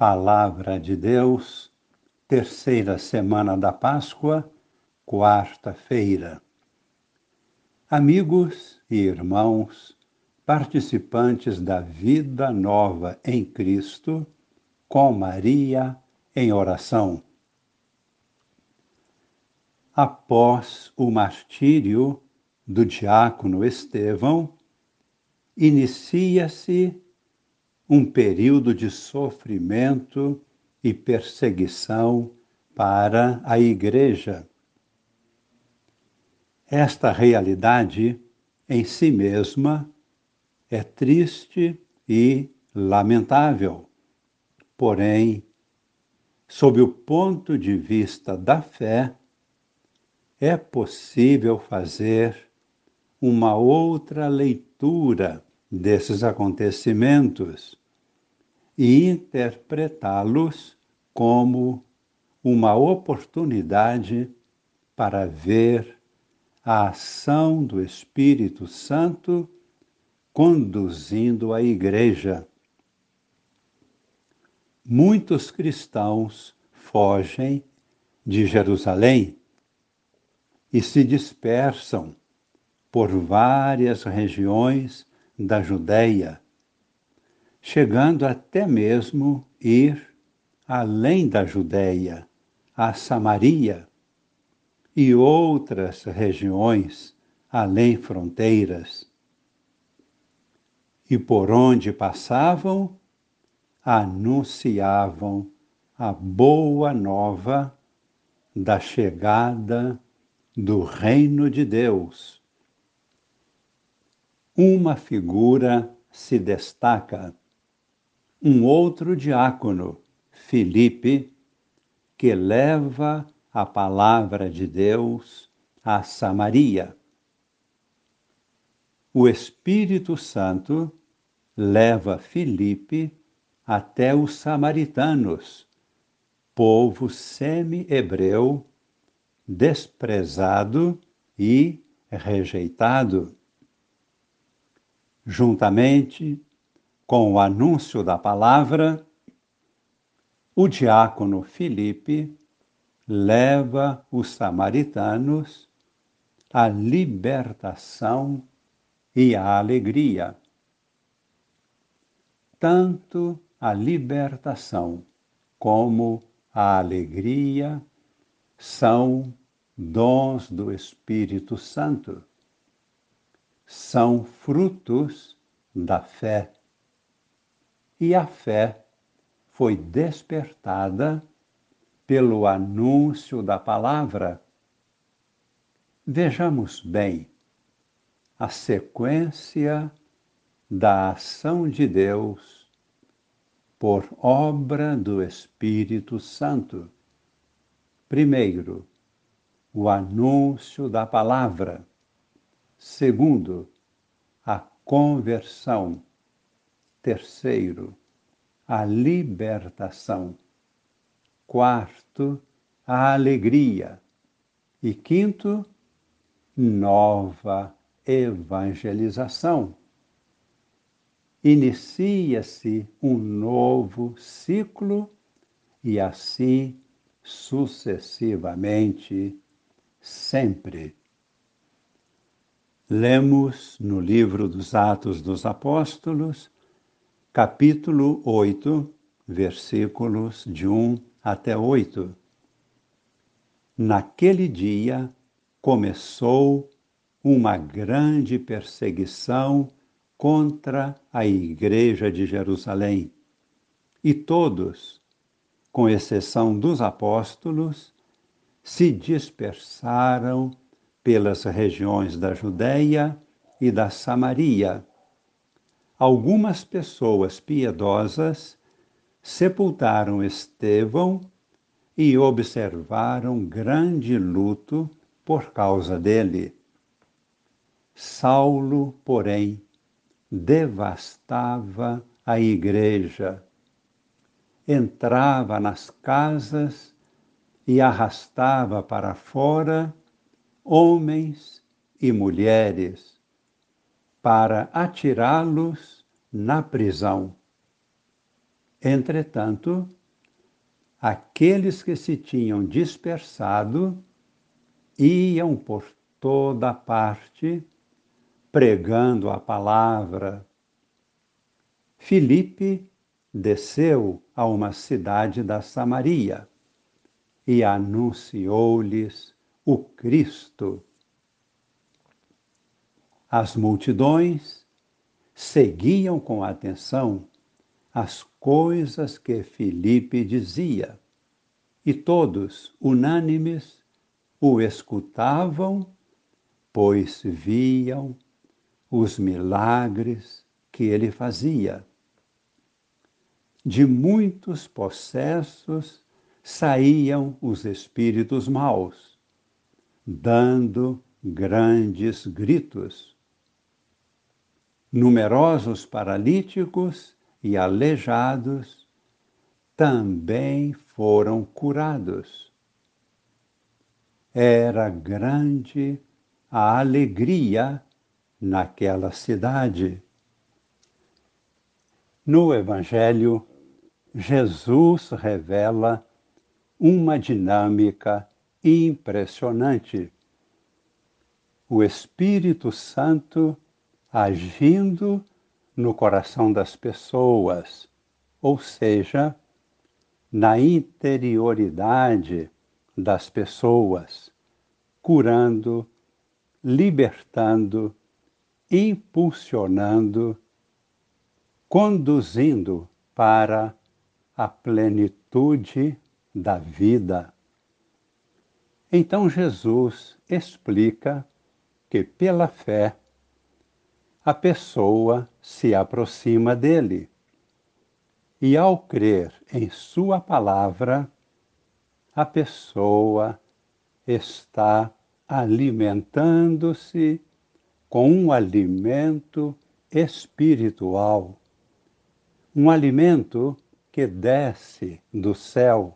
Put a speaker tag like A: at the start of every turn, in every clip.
A: Palavra de Deus, terceira semana da Páscoa, quarta-feira. Amigos e irmãos, participantes da vida nova em Cristo, com Maria em oração. Após o martírio do diácono Estevão, inicia-se um período de sofrimento e perseguição para a Igreja. Esta realidade, em si mesma, é triste e lamentável. Porém, sob o ponto de vista da fé, é possível fazer uma outra leitura desses acontecimentos e interpretá-los como uma oportunidade para ver a ação do Espírito Santo conduzindo a Igreja. Muitos cristãos fogem de Jerusalém e se dispersam por várias regiões da Judéia, chegando até mesmo ir além da Judéia, a Samaria e outras regiões além fronteiras. E por onde passavam, anunciavam a boa nova da chegada do reino de Deus. Uma figura se destaca, um outro diácono, Filipe, que leva a palavra de Deus a Samaria. O Espírito Santo leva Filipe até os samaritanos, povo semi-hebreu, desprezado e rejeitado. Juntamente com o anúncio da palavra, o diácono Filipe leva os samaritanos à libertação e à alegria. Tanto a libertação como a alegria são dons do Espírito Santo. São frutos da fé. E a fé foi despertada pelo anúncio da palavra. Vejamos bem a sequência da ação de Deus por obra do Espírito Santo. Primeiro, o anúncio da palavra. Segundo, a conversão. Terceiro, a libertação. Quarto, a alegria. E quinto, nova evangelização. Inicia-se um novo ciclo e assim sucessivamente, sempre. Lemos no livro dos Atos dos Apóstolos, capítulo 8, versículos de 1 até 8. Naquele dia começou uma grande perseguição contra a Igreja de Jerusalém. E todos, com exceção dos apóstolos, se dispersaram pelas regiões da Judéia e da Samaria. Algumas pessoas piedosas sepultaram Estevão e observaram grande luto por causa dele. Saulo, porém, devastava a igreja, entrava nas casas e arrastava para fora homens e mulheres para atirá-los na prisão. Entretanto, aqueles que se tinham dispersado iam por toda parte pregando a palavra. Filipe desceu a uma cidade da Samaria e anunciou-lhes o Cristo. As multidões seguiam com atenção as coisas que Filipe dizia, e todos, unânimes, o escutavam, pois viam os milagres que ele fazia. De muitos possessos saíam os espíritos maus, dando grandes gritos. Numerosos paralíticos e aleijados também foram curados. Era grande a alegria naquela cidade. No Evangelho, Jesus revela uma dinâmica impressionante. O Espírito Santo agindo no coração das pessoas, ou seja, na interioridade das pessoas, curando, libertando, impulsionando, conduzindo para a plenitude da vida. Então Jesus explica que pela fé a pessoa se aproxima dele e ao crer em sua palavra, a pessoa está alimentando-se com um alimento espiritual, um alimento que desce do céu.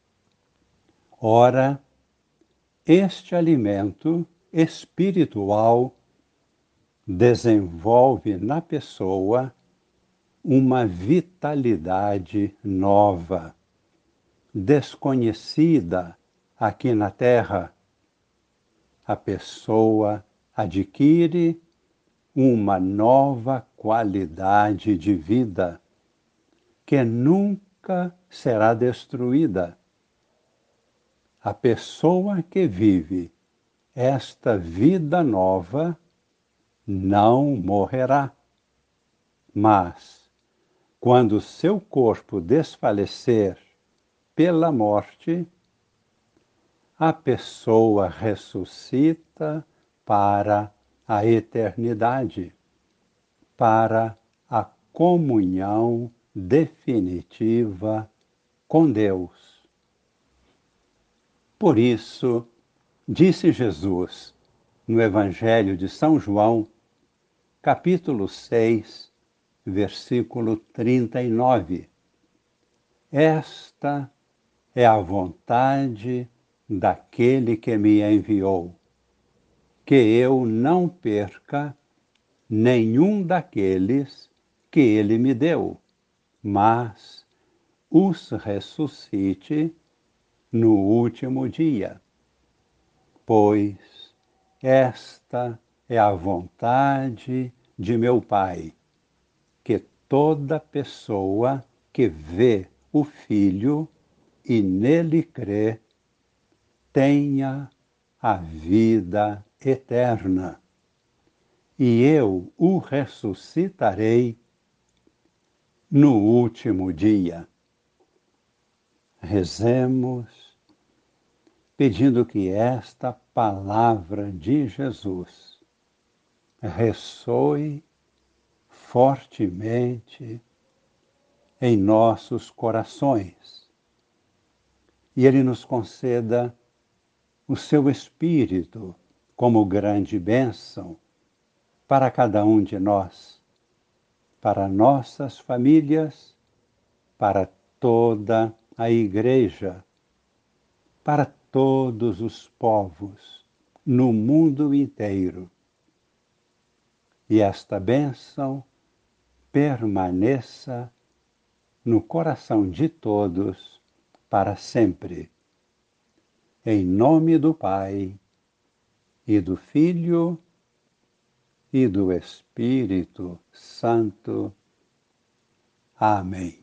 A: Ora, este alimento espiritual desenvolve na pessoa uma vitalidade nova, desconhecida aqui na Terra. A pessoa adquire uma nova qualidade de vida que nunca será destruída. A pessoa que vive esta vida nova não morrerá, mas quando seu corpo desfalecer pela morte, a pessoa ressuscita para a eternidade, para a comunhão definitiva com Deus. Por isso, disse Jesus no Evangelho de São João, capítulo 6, versículo 39. Esta é a vontade daquele que me enviou, que eu não perca nenhum daqueles que ele me deu, mas os ressuscite no último dia. Pois esta é a vontade de meu Pai, que toda pessoa que vê o Filho e nele crê, tenha a vida eterna, e eu o ressuscitarei no último dia. Rezemos, pedindo que esta palavra de Jesus ressoe fortemente em nossos corações e Ele nos conceda o seu Espírito como grande bênção para cada um de nós, para nossas famílias, para toda a Igreja, para todos os povos no mundo inteiro. E esta bênção permaneça no coração de todos, para sempre. Em nome do Pai, e do Filho, e do Espírito Santo. Amém.